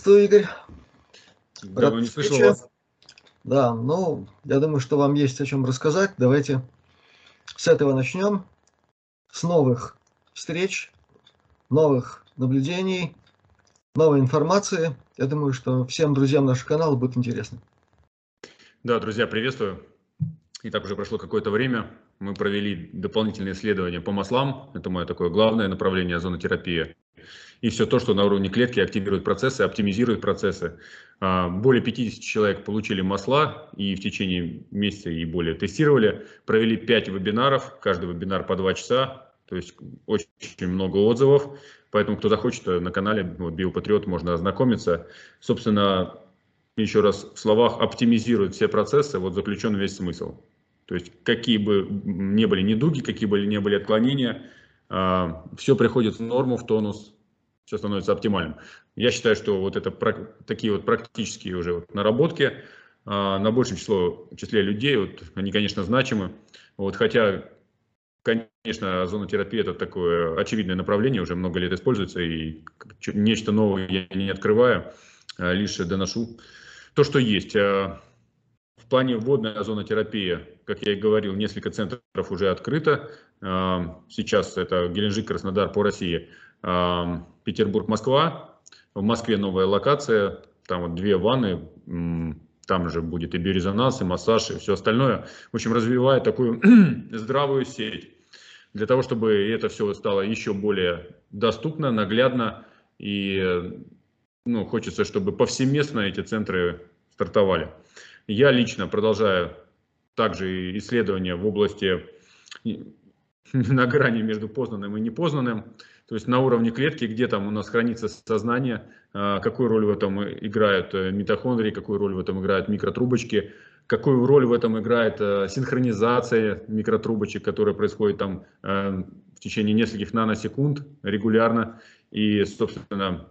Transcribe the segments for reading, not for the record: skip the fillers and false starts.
Приветствую, Игорь. Давно не слышал вас. Да, ну, я думаю, что вам есть о чем рассказать. Давайте с этого начнем. С новых встреч, новых наблюдений, новой информации. Я думаю, что всем друзьям нашего канала будет интересно. Да, друзья, приветствую. Итак, уже прошло какое-то время. Мы провели дополнительные исследования по маслам. Это мое такое главное направление озонотерапии. И все то, что на уровне клетки активирует процессы, оптимизирует процессы. Более 50 человек получили масла и в течение месяца и более тестировали. Провели 5 вебинаров, каждый вебинар по 2 часа. То есть очень много отзывов. Поэтому, кто захочет, на канале Биопатриот можно ознакомиться. Собственно, еще раз в словах, оптимизирует все процессы, вот заключен весь смысл. То есть какие бы ни были недуги, какие бы ни были отклонения, все приходит в норму, в тонус, все становится оптимальным. Я считаю, что вот это такие вот практические уже вот наработки на большем числе людей, вот, они, конечно, значимы. Вот, хотя, конечно, озонотерапия это такое очевидное направление, уже много лет используется, и нечто новое я не открываю, лишь доношу то, что есть. В плане водной озонотерапии, как я и говорил, несколько центров уже открыто. Сейчас это Геленджик, Краснодар по России, Петербург, Москва. В Москве новая локация, там вот 2 ванны, там же будет и биорезонанс, и массаж, и все остальное. В общем, развивая такую здравую сеть, для того, чтобы это все стало еще более доступно, наглядно. И хочется, чтобы повсеместно эти центры стартовали. Я лично продолжаю также исследования в области на грани между познанным и непознанным. То есть на уровне клетки, где там у нас хранится сознание, какую роль в этом играют митохондрии, какую роль в этом играют микротрубочки, какую роль в этом играет синхронизация микротрубочек, которая происходит там в течение нескольких наносекунд регулярно. И, собственно,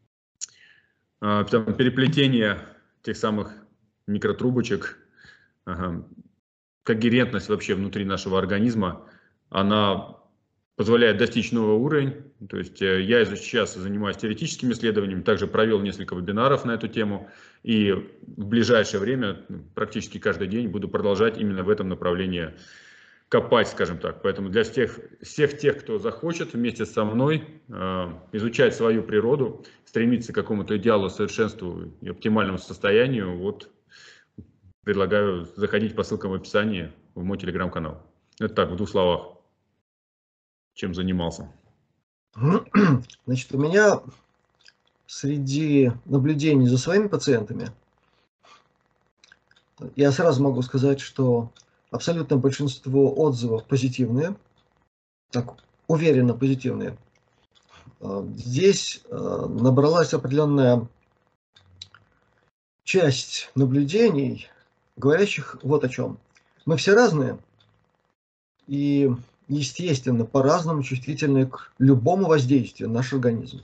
переплетение тех самых микротрубочек, когерентность вообще внутри нашего организма, она позволяет достичь нового уровня. То есть я сейчас занимаюсь теоретическими исследованиями, также провел несколько вебинаров на эту тему, и в ближайшее время, практически каждый день, буду продолжать именно в этом направлении копать, скажем так. Поэтому для всех тех, кто захочет вместе со мной изучать свою природу, стремиться к какому-то идеалу, совершенству и оптимальному состоянию, вот предлагаю заходить по ссылкам в описании в мой телеграм-канал. Это так, в 2 словах, чем занимался. Значит, у меня среди наблюдений за своими пациентами, я сразу могу сказать, что абсолютно большинство отзывов позитивные, так уверенно позитивные. Здесь набралась определенная часть наблюдений, говорящих вот о чем. Мы все разные и, естественно, по-разному чувствительны к любому воздействию на наш организм.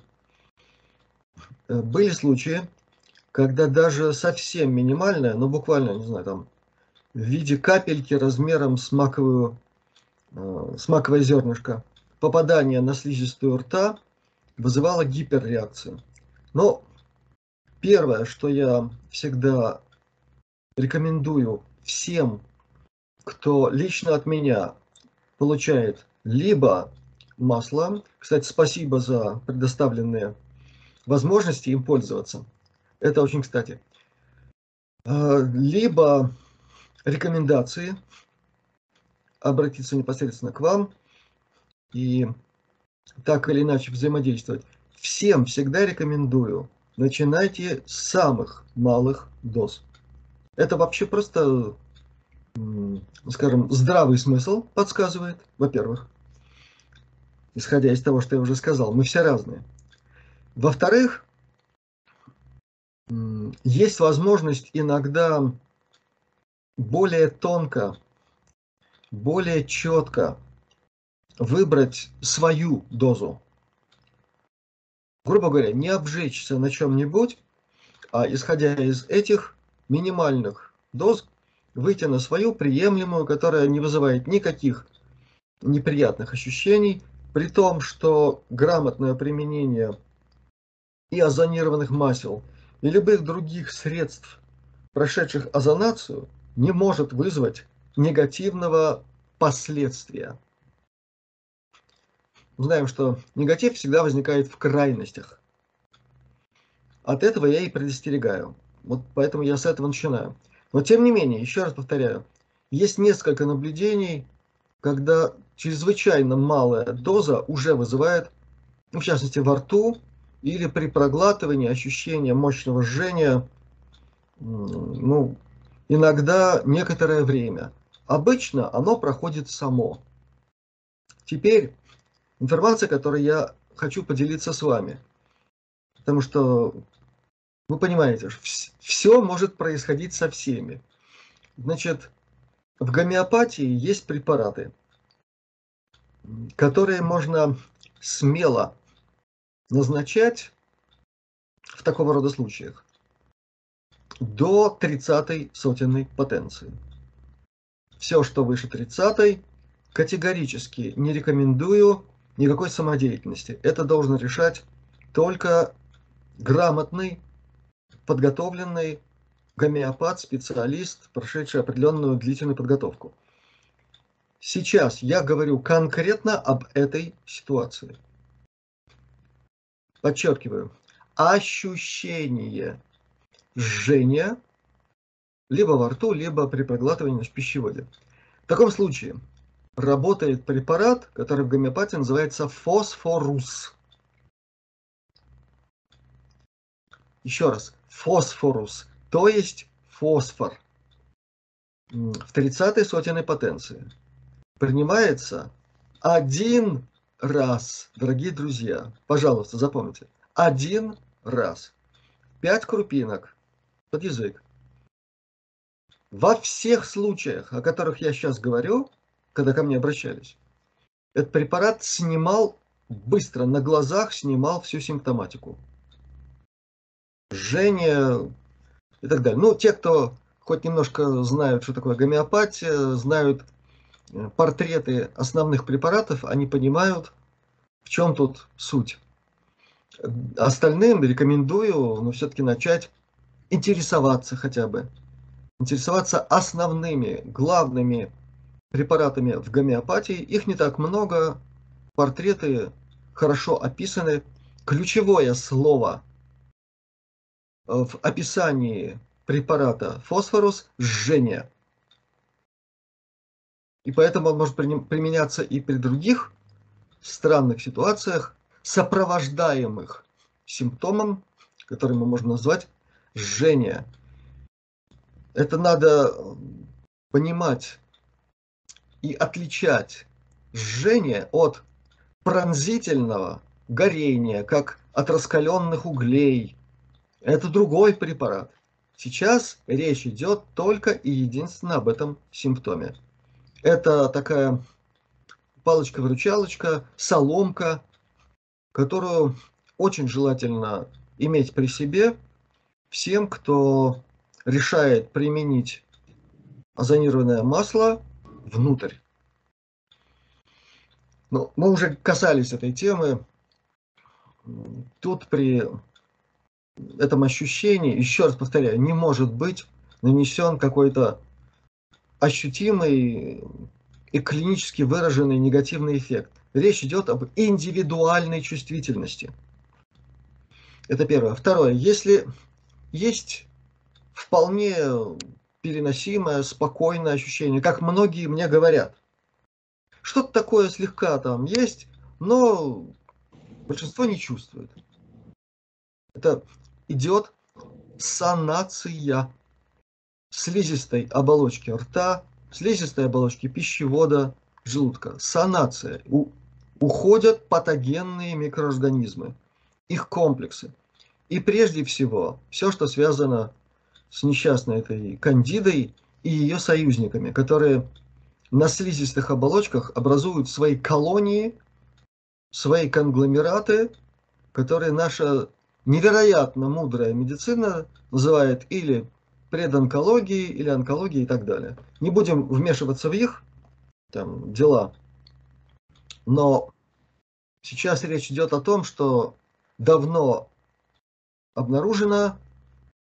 Были случаи, когда даже совсем минимальное, ну буквально, не знаю, там в виде капельки размером с маковое зернышко, попадание на слизистую рта вызывало гиперреакцию. Но первое, что я всегда рекомендую всем, кто лично от меня получает либо масло, кстати, спасибо за предоставленные возможности им пользоваться, это очень кстати, либо рекомендации обратиться непосредственно к вам и так или иначе взаимодействовать. Всем всегда рекомендую, начинайте с самых малых доз. Это вообще просто, скажем, здравый смысл подсказывает, во-первых, исходя из того, что я уже сказал, мы все разные. Во-вторых, есть возможность иногда более тонко, более четко выбрать свою дозу. Грубо говоря, не обжечься на чем-нибудь, а исходя из этих минимальных доз, выйти на свою приемлемую, которая не вызывает никаких неприятных ощущений, при том, что грамотное применение и озонированных масел, и любых других средств, прошедших озонацию, не может вызвать негативного последствия. Знаем, что негатив всегда возникает в крайностях. От этого я и предостерегаю. Вот поэтому я с этого начинаю. Но тем не менее, еще раз повторяю, есть несколько наблюдений, когда чрезвычайно малая доза уже вызывает, в частности, во рту или при проглатывании ощущение мощного жжения, иногда некоторое время. Обычно оно проходит само. Теперь информация, которой я хочу поделиться с вами. Потому что вы понимаете, все может происходить со всеми. Значит, в гомеопатии есть препараты, которые можно смело назначать в такого рода случаях до 30-й сотенной потенции. Все, что выше 30-й, категорически не рекомендую никакой самодеятельности. Это должен решать только грамотный, подготовленный гомеопат, специалист, прошедший определенную длительную подготовку. Сейчас я говорю конкретно об этой ситуации. Подчеркиваю, ощущение жжения либо во рту, либо при проглатывании в пищеводе. В таком случае работает препарат, который в гомеопатии называется фосфорус. Еще раз, фосфорус, то есть фосфор в 30-й сотенной потенции. Принимается один раз, дорогие друзья, пожалуйста, запомните, один раз, 5 крупинок под язык. Во всех случаях, о которых я сейчас говорю, когда ко мне обращались, этот препарат снимал быстро, на глазах снимал всю симптоматику. Жжение и так далее. Ну, те, кто хоть немножко знают, что такое гомеопатия, знают портреты основных препаратов, они понимают, в чем тут суть. Остальным рекомендую, все-таки начать интересоваться хотя бы. Интересоваться основными, главными препаратами в гомеопатии. Их не так много, портреты хорошо описаны. Ключевое слово в описании препарата фосфорус – жжение. И поэтому он может применяться и при других странных ситуациях, сопровождаемых симптомом, который мы можем назвать жжение. Это надо понимать и отличать жжение от пронзительного горения, как от раскаленных углей. Это другой препарат. Сейчас речь идет только и единственно об этом симптоме. Это такая палочка-выручалочка, соломка, которую очень желательно иметь при себе всем, кто решает применить озонированное масло внутрь. Но мы уже касались этой темы. Тут при этом ощущении, еще раз повторяю, не может быть нанесен какой-то ощутимый и клинически выраженный негативный эффект. Речь идет об индивидуальной чувствительности. Это первое. Второе. Если есть вполне переносимое, спокойное ощущение, как многие мне говорят, что-то такое слегка там есть, но большинство не чувствует. Это идет санация слизистой оболочки рта, слизистой оболочки пищевода, желудка. Санация. Уходят патогенные микроорганизмы, их комплексы. И прежде всего, все, что связано с несчастной этой кандидой и ее союзниками, которые на слизистых оболочках образуют свои колонии, свои конгломераты, которые наша невероятно мудрая медицина называет или предонкологией, или онкологией и так далее. Не будем вмешиваться в их там дела, но сейчас речь идет о том, что давно обнаружено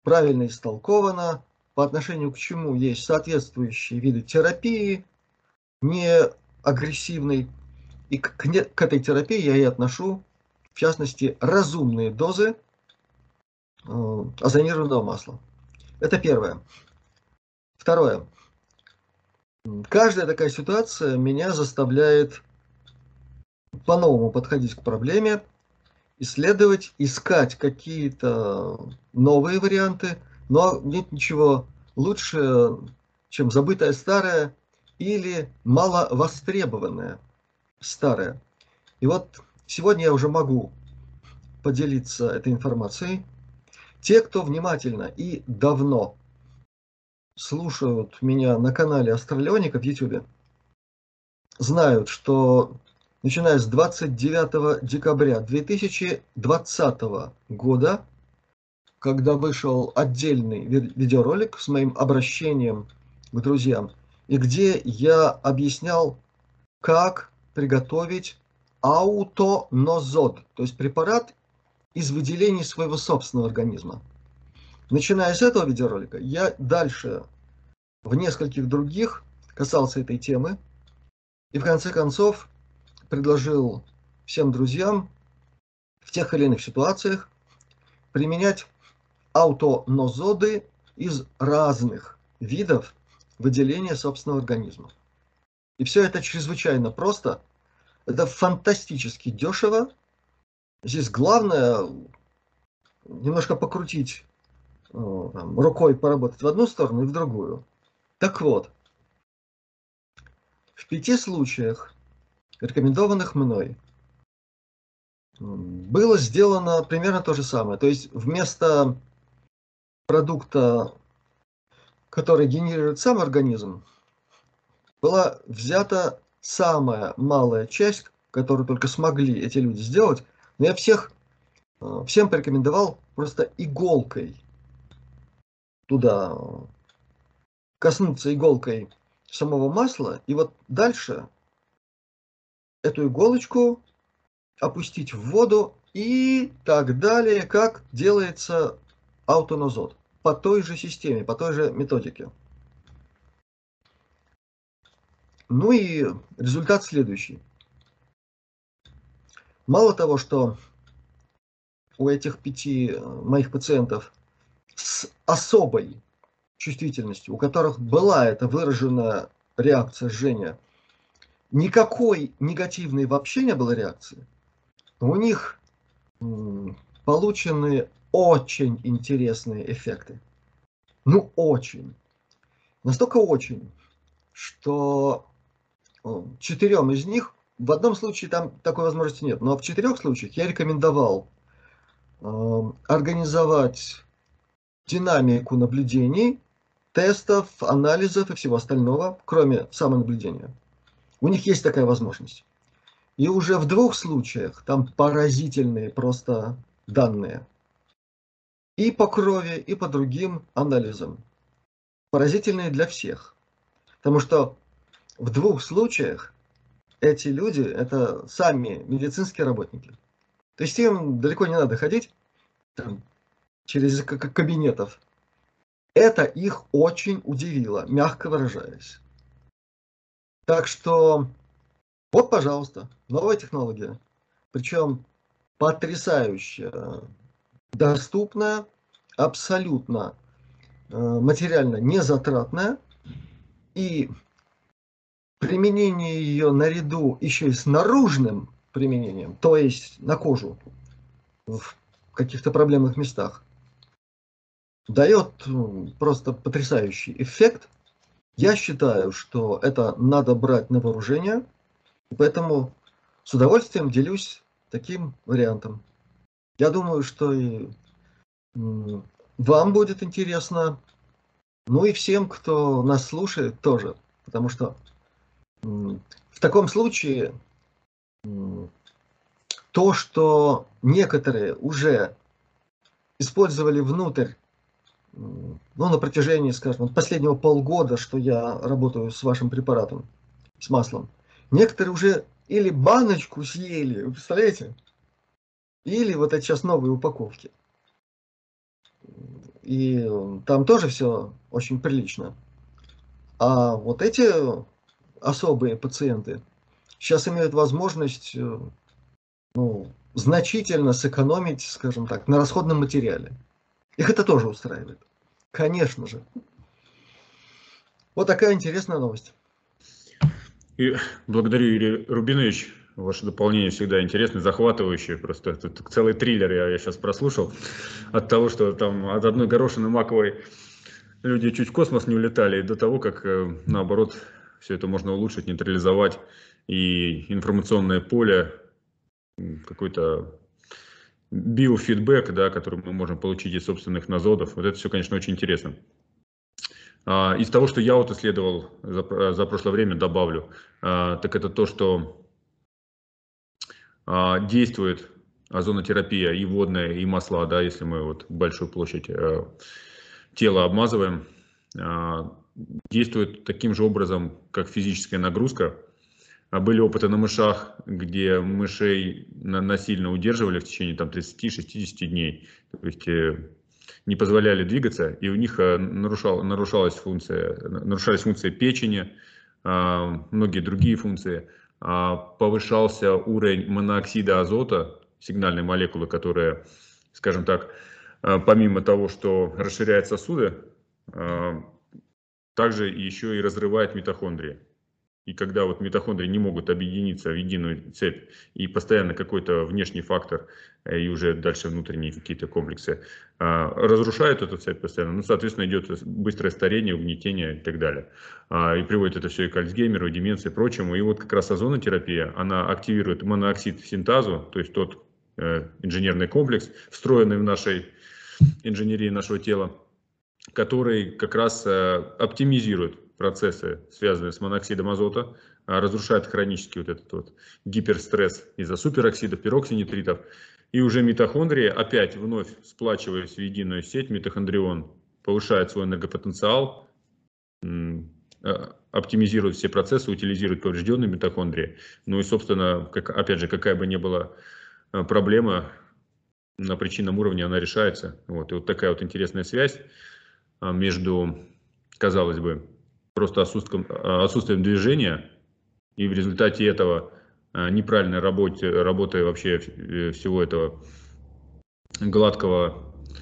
правильно истолковано, по отношению к чему есть соответствующие виды терапии, не агрессивной. И к этой терапии я и отношу, в частности, разумные дозы озонированного масла. Это первое. Второе. Каждая такая ситуация меня заставляет по-новому подходить к проблеме, исследовать, искать какие-то новые варианты, но нет ничего лучше, чем забытое старое или мало востребованное старое. И вот сегодня я уже могу поделиться этой информацией. Те, кто внимательно и давно слушают меня на канале Астралионика в YouTube, знают, что начиная с 29 декабря 2020 года, когда вышел отдельный видеоролик с моим обращением к друзьям, и где я объяснял, как приготовить аутонозод, то есть препарат из выделений своего собственного организма. Начиная с этого видеоролика, я дальше в нескольких других касался этой темы и в конце концов предложил всем друзьям в тех или иных ситуациях применять аутонозоды из разных видов выделения собственного организма. И все это чрезвычайно просто, это фантастически дешево. Здесь главное немножко покрутить рукой, поработать в одну сторону и в другую. Так вот, в 5 случаях, рекомендованных мной, было сделано примерно то же самое. То есть вместо продукта, который генерирует сам организм, была взята самая малая часть, которую только смогли эти люди сделать. Но я всем порекомендовал просто иголкой туда коснуться иголкой самого масла, и вот дальше эту иголочку опустить в воду и так далее, как делается аутонозод. По той же системе, по той же методике. Ну и результат следующий. Мало того, что у этих 5 моих пациентов с особой чувствительностью, у которых была эта выраженная реакция жжения, никакой негативной вообще не было реакции, у них получены очень интересные эффекты. Ну, очень. Настолько очень, что 4 из них, в одном случае там такой возможности нет, но в 4 случаях я рекомендовал организовать динамику наблюдений, тестов, анализов и всего остального, кроме самонаблюдения. У них есть такая возможность. И уже в 2 случаях там поразительные просто данные. И по крови, и по другим анализам. Поразительные для всех. Потому что в 2 случаях эти люди – это сами медицинские работники. То есть им далеко не надо ходить там, через кабинетов. Это их очень удивило, мягко выражаясь. Так что вот, пожалуйста, новая технология. Причем потрясающе доступная, абсолютно материально незатратная. И применение ее наряду еще и с наружным применением, то есть на кожу в каких-то проблемных местах, дает просто потрясающий эффект. Я считаю, что это надо брать на вооружение, поэтому с удовольствием делюсь таким вариантом. Я думаю, что и вам будет интересно, ну и всем, кто нас слушает, тоже, потому что в таком случае то, что некоторые уже использовали внутрь, ну, на протяжении, скажем, последнего полгода, что я работаю с вашим препаратом, с маслом, некоторые уже или баночку съели, вы представляете? Или вот это сейчас новые упаковки. и там тоже все очень прилично. А вот эти особые пациенты сейчас имеют возможность значительно сэкономить, скажем так, на расходном материале. Их это тоже устраивает. Конечно же. Вот такая интересная новость. И благодарю, Юрий Рубинович. Ваше дополнение всегда интересно, захватывающее. Просто это целый триллер я сейчас прослушал. От того, что там от одной горошины маковой люди чуть в космос не улетали, до того, как наоборот все это можно улучшить, нейтрализовать. И информационное поле, какой-то биофидбэк, да, который мы можем получить из собственных нозодов. Вот это все, конечно, очень интересно. Из того, что я вот исследовал за прошлое время, добавлю, так это то, что действует озонотерапия и водная, и масла, да, если мы вот большую площадь тела обмазываем, действует таким же образом, как физическая нагрузка. Были опыты на мышах, где мышей насильно удерживали в течение 30-60 дней. То есть не позволяли двигаться, и у них нарушались функции печени, многие другие функции. Повышался уровень монооксида азота, сигнальной молекулы, которая, скажем так, помимо того, что расширяет сосуды, также еще и разрывает митохондрии. И когда вот митохондрии не могут объединиться в единую цепь, и постоянно какой-то внешний фактор, и уже дальше внутренние какие-то комплексы разрушают эту цепь постоянно, ну, соответственно, идет быстрое старение, угнетение и так далее. И приводит это все и к Альцгеймеру, и деменции и прочему. И вот как раз озонотерапия, она активирует монооксид синтазу, то есть тот инженерный комплекс, встроенный в нашей инженерии нашего тела, который как раз оптимизирует процессы, связанные с моноксидом азота, разрушает хронический вот этот вот гиперстресс из-за супероксидов, пероксинитритов. И уже митохондрии, опять вновь сплачиваясь в единую сеть, митохондрион повышает свой энергопотенциал, оптимизирует все процессы, утилизирует поврежденные митохондрии. Ну и, собственно, опять же, какая бы ни была проблема, на причинном уровне она решается. Вот. И вот такая вот интересная связь между, казалось бы, просто отсутствием движения и в результате этого неправильной работы вообще всего этого гладкой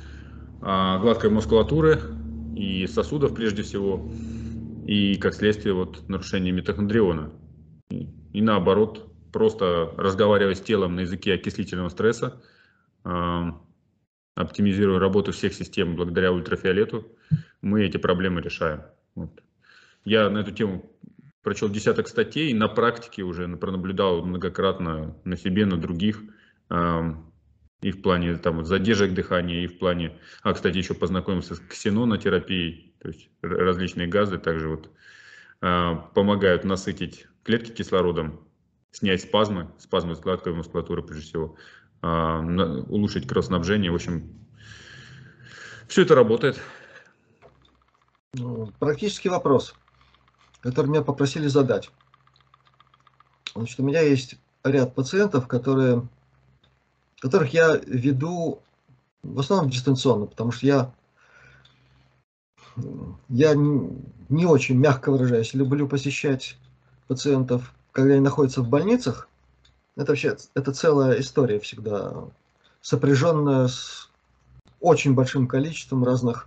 мускулатуры и сосудов прежде всего, и как следствие вот нарушения митохондриона. И наоборот, просто разговаривая с телом на языке окислительного стресса, оптимизируя работу всех систем благодаря ультрафиолету, мы эти проблемы решаем. Вот. Я на эту тему прочел десяток статей, на практике уже пронаблюдал многократно на себе, на других, и в плане там, задержек дыхания, и в плане, кстати, еще познакомился с ксенонотерапией, то есть различные газы также вот помогают насытить клетки кислородом, снять спазмы с гладкой мускулатуры прежде всего, улучшить кровоснабжение, в общем, все это работает. Практический вопрос, который меня попросили задать. Значит, у меня есть ряд пациентов, которых я веду в основном дистанционно, потому что я не очень, мягко выражаясь, люблю посещать пациентов, когда они находятся в больницах. Это целая история всегда, сопряженная с очень большим количеством разных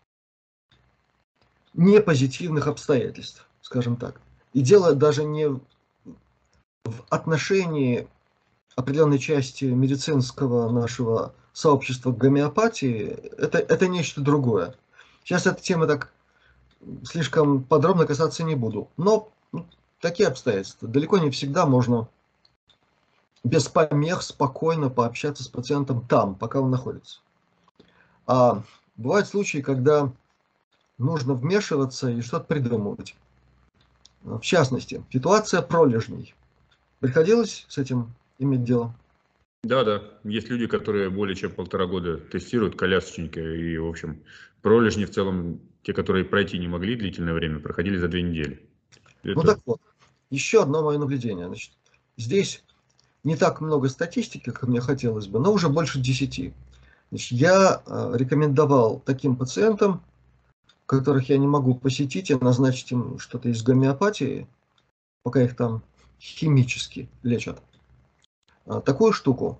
непозитивных обстоятельств, скажем так. И дело даже не в отношении определенной части медицинского нашего сообщества к гомеопатии, это нечто другое. Сейчас эта тема так слишком подробно касаться не буду. Но такие обстоятельства. Далеко не всегда можно без помех спокойно пообщаться с пациентом там, пока он находится. А бывают случаи, когда нужно вмешиваться и что-то придумывать. В частности, ситуация пролежней. Приходилось с этим иметь дело? Да, есть люди, которые более чем 1,5 года тестируют колясочники, и, в общем, пролежни в целом, те, которые пройти не могли длительное время, проходили за 2 недели. Ну так вот, еще одно мое наблюдение. Значит, здесь не так много статистики, как мне хотелось бы, но уже больше 10. Значит, я рекомендовал таким пациентам, которых я не могу посетить, и назначить им что-то из гомеопатии, пока их там химически лечат. Такую штуку.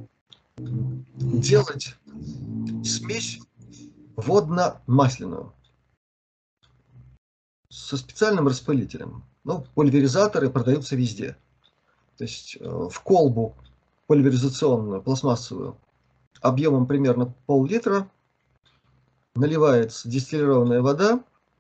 Делать смесь водно-масляную со специальным распылителем. Ну, пульверизаторы продаются везде. То есть в колбу пульверизационную, пластмассовую, объемом примерно пол-литра наливается дистиллированная вода,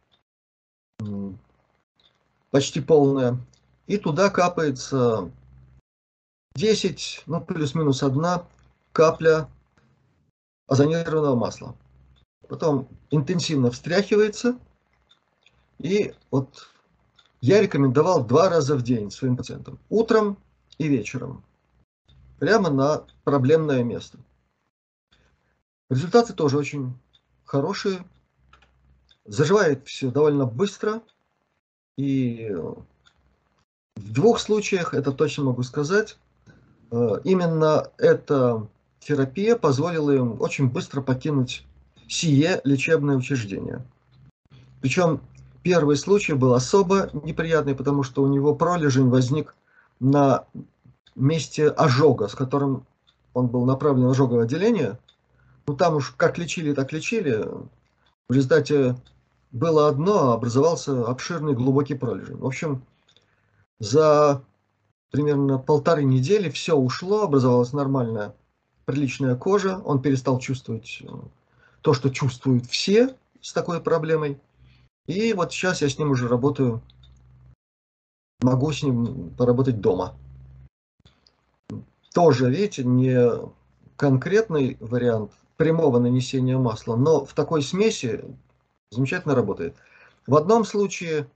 почти полная, и туда капается 10, ну плюс-минус 1 капля озонированного масла. Потом интенсивно встряхивается, и вот я рекомендовал 2 раза в день своим пациентам, утром и вечером, прямо на проблемное место. Результаты тоже очень хорошие, заживает все довольно быстро, и в 2 случаях, это точно могу сказать, именно эта терапия позволила им очень быстро покинуть сие лечебное учреждение. Причем первый случай был особо неприятный, потому что у него пролежень возник на месте ожога, с которым он был направлен в ожоговое отделение. Ну там уж как лечили, так лечили. В результате было одно, а образовался обширный глубокий пролежень. В общем, за примерно 1,5 недели все ушло, образовалась нормальная, приличная кожа. Он перестал чувствовать то, что чувствуют все с такой проблемой. И вот сейчас я с ним уже работаю, могу с ним поработать дома. Тоже, видите, не конкретный вариант прямого нанесения масла, но в такой смеси замечательно работает. В одном случае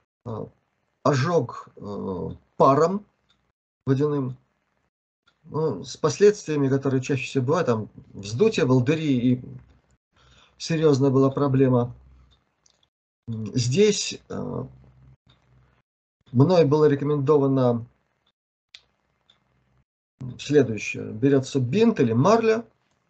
ожог паром водяным, ну, с последствиями, которые чаще всего бывают, там вздутие, волдыри, и серьезная была проблема. Здесь мной было рекомендовано следующее. Берется бинт или марля,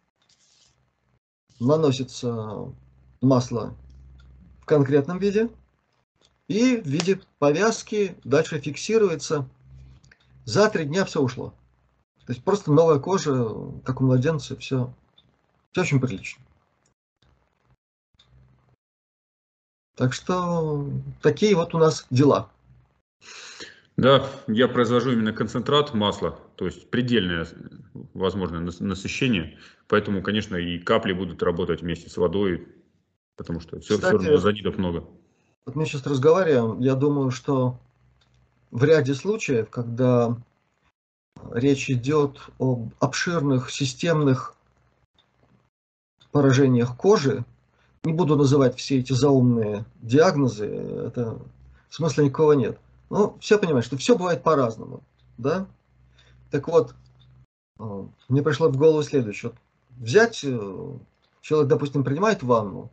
наносится масло в конкретном виде и в виде повязки дальше фиксируется. За 3 дня все ушло. То есть просто новая кожа, как у младенца, все очень прилично. Так что такие вот у нас дела. Да, я произвожу именно концентрат масла, то есть предельное возможное насыщение, поэтому, конечно, и капли будут работать вместе с водой, потому что все равно Кстати, озонидов много. вот мы сейчас разговариваем, я думаю, что в ряде случаев, когда речь идет об обширных системных поражениях кожи, не буду называть все эти заумные диагнозы, это смысла никакого нет. Ну, все понимают, что все бывает по-разному, да? Так вот, мне пришло в голову следующее. Взять, человек, допустим, принимает ванну,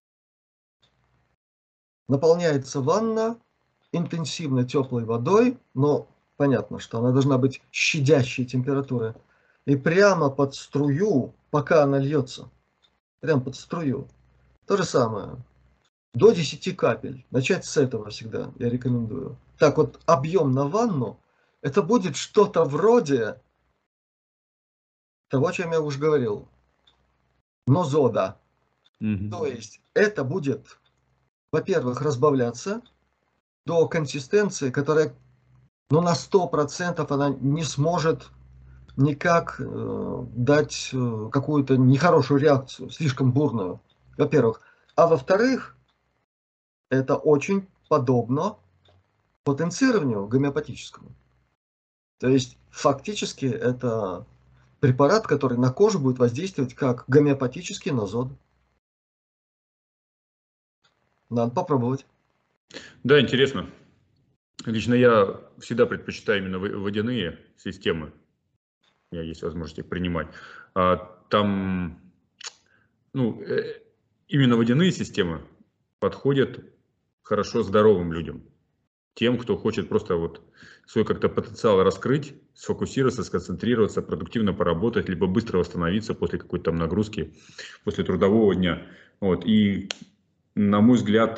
наполняется ванна интенсивно теплой водой, но понятно, что она должна быть щадящей температуры, и прямо под струю, пока она льется, прямо под струю, то же самое. До 10 капель. Начать с этого всегда я рекомендую. Так вот, объем на ванну, это будет что-то вроде того, о чем я уже говорил. Нозода. То есть это будет, во-первых, разбавляться до консистенции, которая, ну, на 100% она не сможет никак дать какую-то нехорошую реакцию, слишком бурную, во-первых. А во-вторых, это очень подобно потенцированию гомеопатическому. То есть фактически это препарат, который на кожу будет воздействовать как гомеопатический нозод. Надо попробовать. Да, интересно. Лично я всегда предпочитаю именно водяные системы. У меня есть возможность их принимать. Там, ну, именно водяные системы подходят хорошо здоровым людям. тем, кто хочет просто вот свой как-то потенциал раскрыть, сфокусироваться, сконцентрироваться, продуктивно поработать, либо быстро восстановиться после какой-то там нагрузки, после трудового дня. Вот. И, на мой взгляд,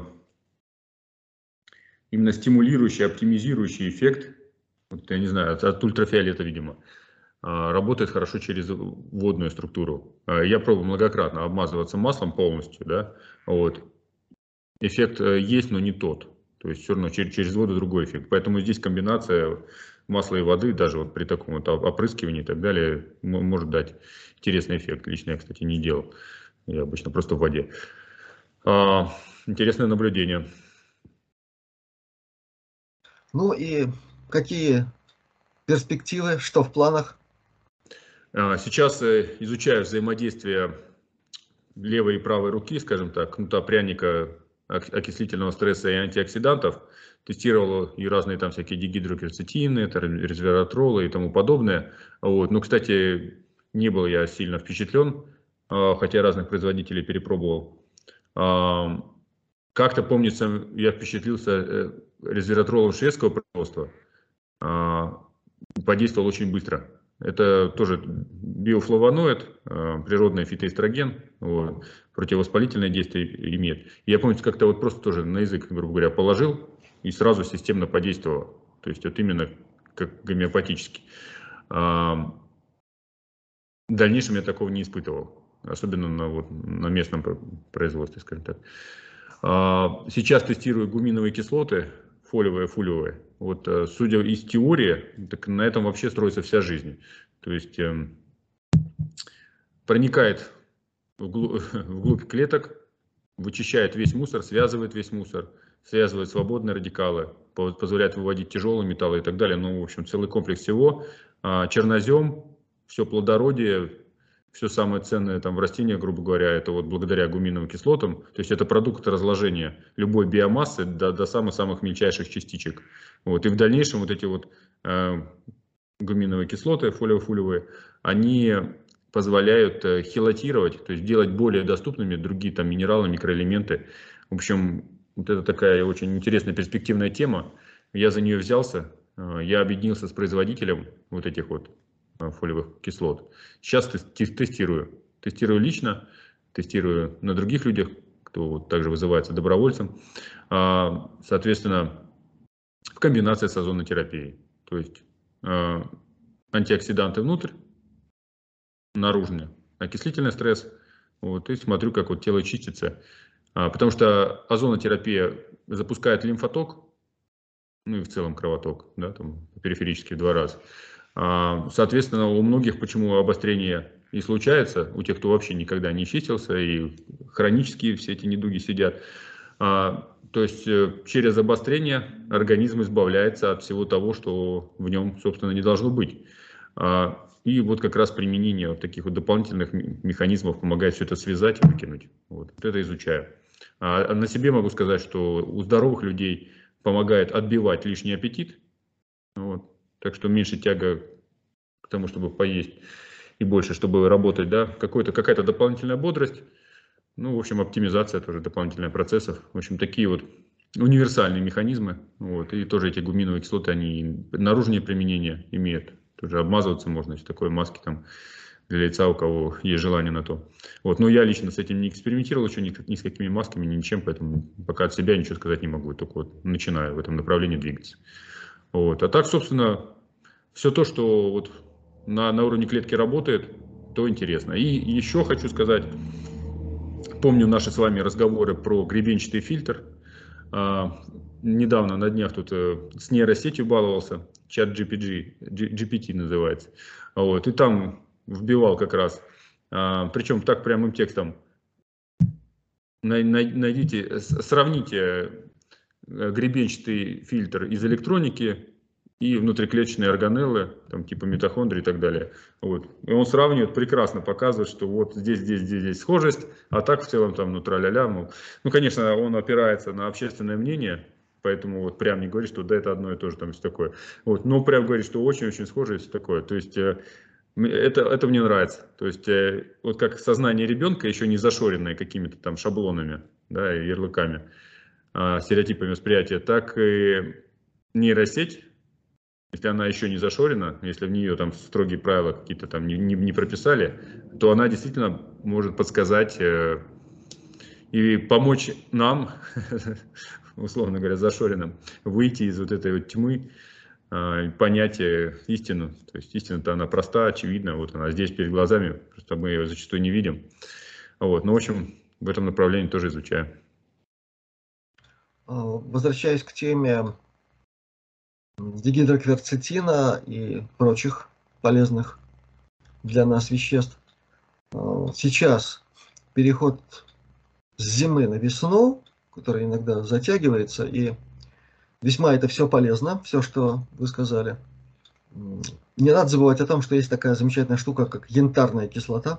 именно стимулирующий, оптимизирующий эффект, вот, я не знаю, от ультрафиолета, видимо, работает хорошо через водную структуру. Я пробовал многократно обмазываться маслом полностью, да, вот. Эффект есть, но не тот. То есть все равно через воду другой эффект. Поэтому здесь комбинация масла и воды, даже вот при таком вот опрыскивании и так далее, может дать интересный эффект. Лично я, кстати, не делал. Я обычно просто в воде. Интересное наблюдение. Ну и какие перспективы, что в планах? Сейчас изучаю взаимодействие левой и правой руки, скажем так, кнута, пряника, окислительного стресса и антиоксидантов. Тестировал и разные там всякие дигидрокверцетины, резвератролы и тому подобное. Вот. Ну, кстати, не был я сильно впечатлен, хотя разных производителей перепробовал. Как-то, помнится, я впечатлился резвератролом шведского производства. Подействовал очень быстро. Это тоже биофлавоноид, природный фитоэстроген, вот, противовоспалительное действие имеет. Я помню, как-то вот просто тоже на язык, грубо говоря, положил и сразу системно подействовало. То есть вот именно как гомеопатически. В дальнейшем я такого не испытывал, особенно на местном производстве, скажем так. Сейчас тестирую гуминовые кислоты, фолиевые, фулевые. Вот, судя из теории, так на этом вообще строится вся жизнь. То есть проникает вглубь клеток, вычищает весь мусор, связывает весь мусор, связывает свободные радикалы, позволяет выводить тяжелые металлы и так далее. Ну, в общем, целый комплекс всего. Чернозем, все плодородие, все самое ценное там в растениях, грубо говоря, это вот благодаря гуминовым кислотам. То есть это продукт разложения любой биомассы до самых-самых мельчайших частичек. Вот. И в дальнейшем вот эти вот гуминовые кислоты, фолиофулевые, они позволяют хелатировать, то есть делать более доступными другие там минералы, микроэлементы. В общем, вот это такая очень интересная перспективная тема. Я за нее взялся, я объединился с производителем вот этих вот фолиевых кислот. Сейчас тестирую. Тестирую лично, тестирую на других людях, кто вот также вызывается добровольцем. Соответственно, в комбинации с озонотерапией. То есть антиоксиданты внутрь, наружный окислительный стресс. Вот, и смотрю, как вот тело чистится. Потому что озонотерапия запускает лимфоток, ну и в целом кровоток, да, там периферически в 2 раза. Соответственно, у многих почему обострение и случается, у тех, кто вообще никогда не чистился, и хронические все эти недуги сидят. То есть через обострение организм избавляется от всего того, что в нем, собственно, не должно быть. И вот как раз применение вот таких вот дополнительных механизмов помогает все это связать и выкинуть. Вот это изучаю. На себе могу сказать, что у здоровых людей помогает отбивать лишний аппетит. Вот. Так что меньше тяга к тому, чтобы поесть, и больше, чтобы работать, да, какая-то дополнительная бодрость. Ну, в общем, оптимизация тоже дополнительных процессов. В общем, такие вот универсальные механизмы. Вот. И тоже эти гуминовые кислоты, они наружные применения имеют. Тоже обмазываться можно, если такой маски там для лица, у кого есть желание на то. Вот. Но я лично с этим не экспериментировал еще ни с какими масками, ни ничем, поэтому пока от себя ничего сказать не могу. Только вот начинаю в этом направлении двигаться. Вот. А так, собственно, все то, что вот на уровне клетки работает, то интересно. И еще хочу сказать, помню наши с вами разговоры про гребенчатый фильтр. Недавно на днях тут с нейросетью баловался, чат GPT называется. Вот, и там вбивал как раз, причем так прямым текстом, сравните гребенчатый фильтр из электроники и внутриклеточные органеллы, там типа митохондрии и так далее. Вот. И он сравнивает, прекрасно показывает, что вот здесь схожесть, а так в целом там ну тра-ля-ля. Ну, конечно, он опирается на общественное мнение, поэтому вот прям не говорит, что да, это одно и то же, там все такое. Вот. Но прям говорит, что очень-очень схоже и все такое. То есть это мне нравится. То есть вот как сознание ребенка, еще не зашоренное какими-то там шаблонами, да, и ярлыками. стереотипами восприятия, так и нейросеть, если она еще не зашорена, если в нее там строгие правила какие-то там не прописали, то она действительно может подсказать и помочь нам, условно говоря, зашоренным, выйти из вот этой вот тьмы, понять истину. То есть истина-то она проста, очевидна, вот она здесь перед глазами, просто мы ее зачастую не видим. Вот. Ну, в общем, в этом направлении тоже изучаю. Возвращаясь к теме дигидрокверцетина и прочих полезных для нас веществ, сейчас переход с зимы на весну, который иногда затягивается, и весьма это все полезно, все, что вы сказали. Не надо забывать о том, что есть такая замечательная штука, как янтарная кислота.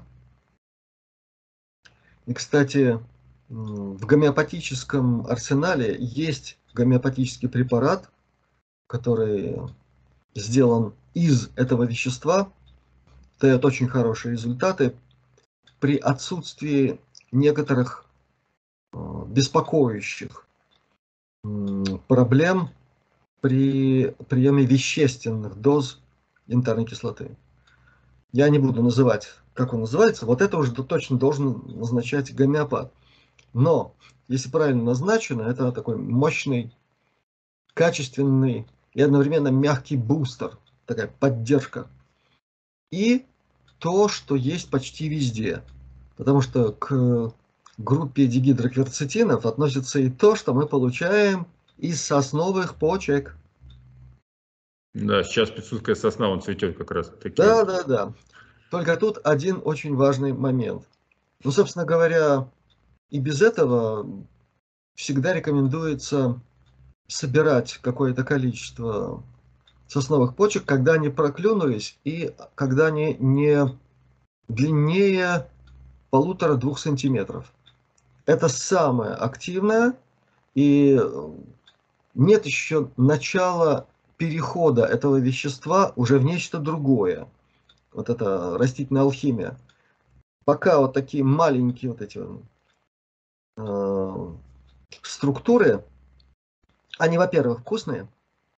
И, кстати, в гомеопатическом арсенале есть гомеопатический препарат, который сделан из этого вещества, дает очень хорошие результаты при отсутствии некоторых беспокоящих проблем при приеме вещественных доз янтарной кислоты. Я не буду называть, как он называется, вот это уже точно должен назначать гомеопат. Но, если правильно назначено, это такой мощный, качественный и одновременно мягкий бустер, такая поддержка. И то, что есть почти везде. Потому что к группе дигидрокверцетинов относится и то, что мы получаем из сосновых почек. Да, сейчас пиццузская сосна, он цветет как раз. Да. Только тут один очень важный момент. Ну, собственно говоря, и без этого всегда рекомендуется собирать какое-то количество сосновых почек, когда они проклюнулись и когда они не длиннее 1,5-2 сантиметров. Это самое активное, и нет еще начала перехода этого вещества уже в нечто другое. Вот это растительная алхимия. Пока вот такие маленькие вот эти структуры, они, во-первых, вкусные,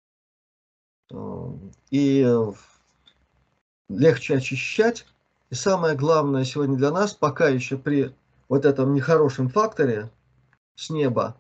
и легче очищать. И самое главное сегодня для нас, пока еще при вот этом нехорошем факторе с неба,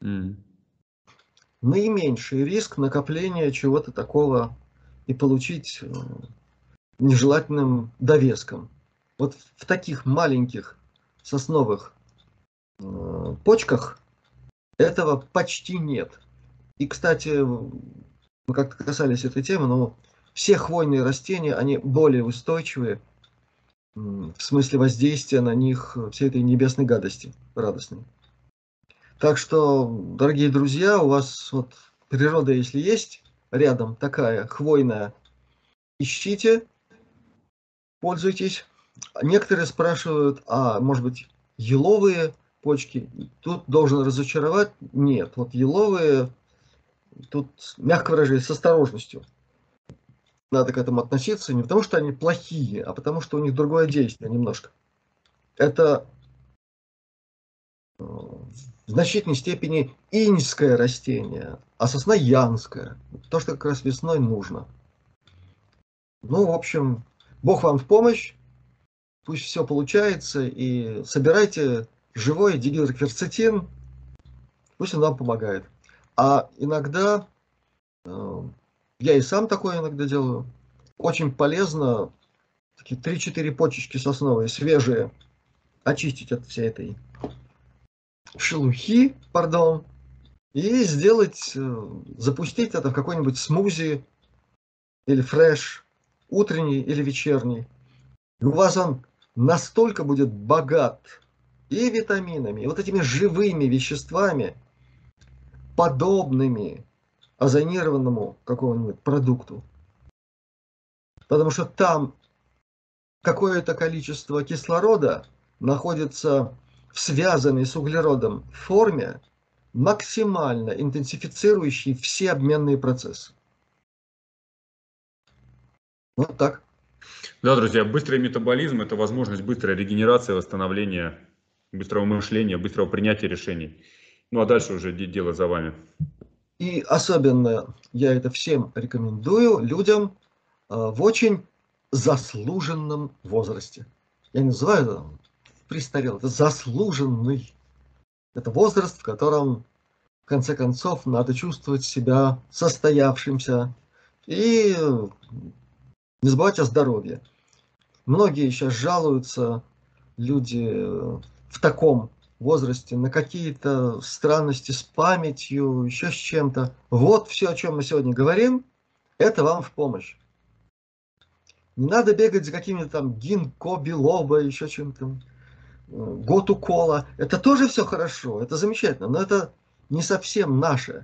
наименьший риск накопления чего-то такого и получить нежелательным довеском. Вот в таких маленьких сосновых почках этого почти нет. И, кстати, мы как-то касались этой темы, но все хвойные растения, они более устойчивые в смысле воздействия на них всей этой небесной гадости радостной. Так что, дорогие друзья, у вас вот природа, если есть рядом такая хвойная, ищите, пользуйтесь. Некоторые спрашивают, а может быть еловые почки? Тут должен разочаровать. Нет, вот еловые, тут, мягко выражаясь, с осторожностью. Надо к этому относиться не потому, что они плохие, а потому, что у них другое действие немножко. Это в значительной степени иньское растение, а сосна янская. То, что как раз весной нужно. Ну, в общем, Бог вам в помощь. Пусть все получается. И собирайте живой дигидрокверцетин. Пусть он вам помогает. А иногда, я и сам такое иногда делаю, очень полезно такие 3-4 почечки сосновые, свежие, очистить от всей этой шелухи, пардон, и сделать, запустить это в какой-нибудь смузи или фреш, утренний или вечерний. И у вас он настолько будет богат и витаминами, и вот этими живыми веществами, подобными озонированному какому-нибудь продукту. Потому что там какое-то количество кислорода находится в связанной с углеродом форме, максимально интенсифицирующей все обменные процессы. Вот так. Да, друзья, быстрый метаболизм – это возможность быстрой регенерации, восстановления, быстрого мышления, быстрого принятия решений. Ну а дальше уже дело за вами. И особенно я это всем рекомендую людям в очень заслуженном возрасте. Я не называю это престарелый, это заслуженный. Это возраст, в котором, в конце концов, надо чувствовать себя состоявшимся и не забывать о здоровье. Многие сейчас жалуются, люди в таком возрасте, на какие-то странности с памятью, еще с чем-то. Вот все, о чем мы сегодня говорим, это вам в помощь. Не надо бегать за какими-то там гинко, билоба, еще чем-то, готу кола. Это тоже все хорошо, это замечательно, но это не совсем наше.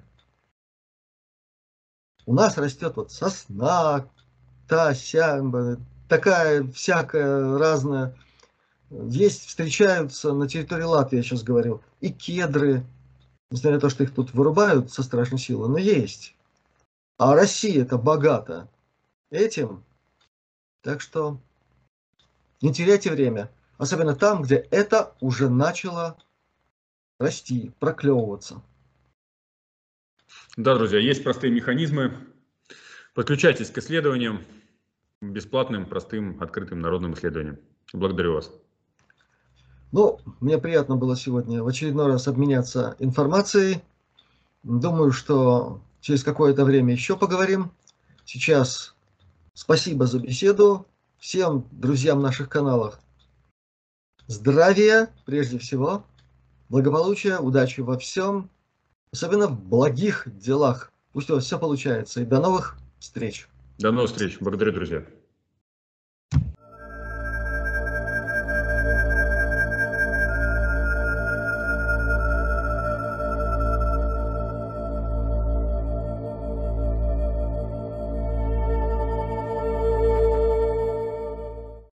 У нас растет вот сосна, та, ся, такая всякая разная. Есть, встречаются на территории Латвии, я сейчас говорил, и кедры, несмотря на то, что их тут вырубают со страшной силой, но есть. А Россия-то богата этим, так что не теряйте время. Особенно там, где это уже начало расти, проклевываться. Да, друзья, есть простые механизмы. Подключайтесь к исследованиям, бесплатным, простым, открытым народным исследованиям. Благодарю вас. Ну, мне приятно было сегодня в очередной раз обменяться информацией. Думаю, что через какое-то время еще поговорим. Сейчас спасибо за беседу. Всем друзьям наших каналов здравия, прежде всего, благополучия, удачи во всем, особенно в благих делах. Пусть у вас все получается. И до новых встреч. До новых встреч. Благодарю, друзья.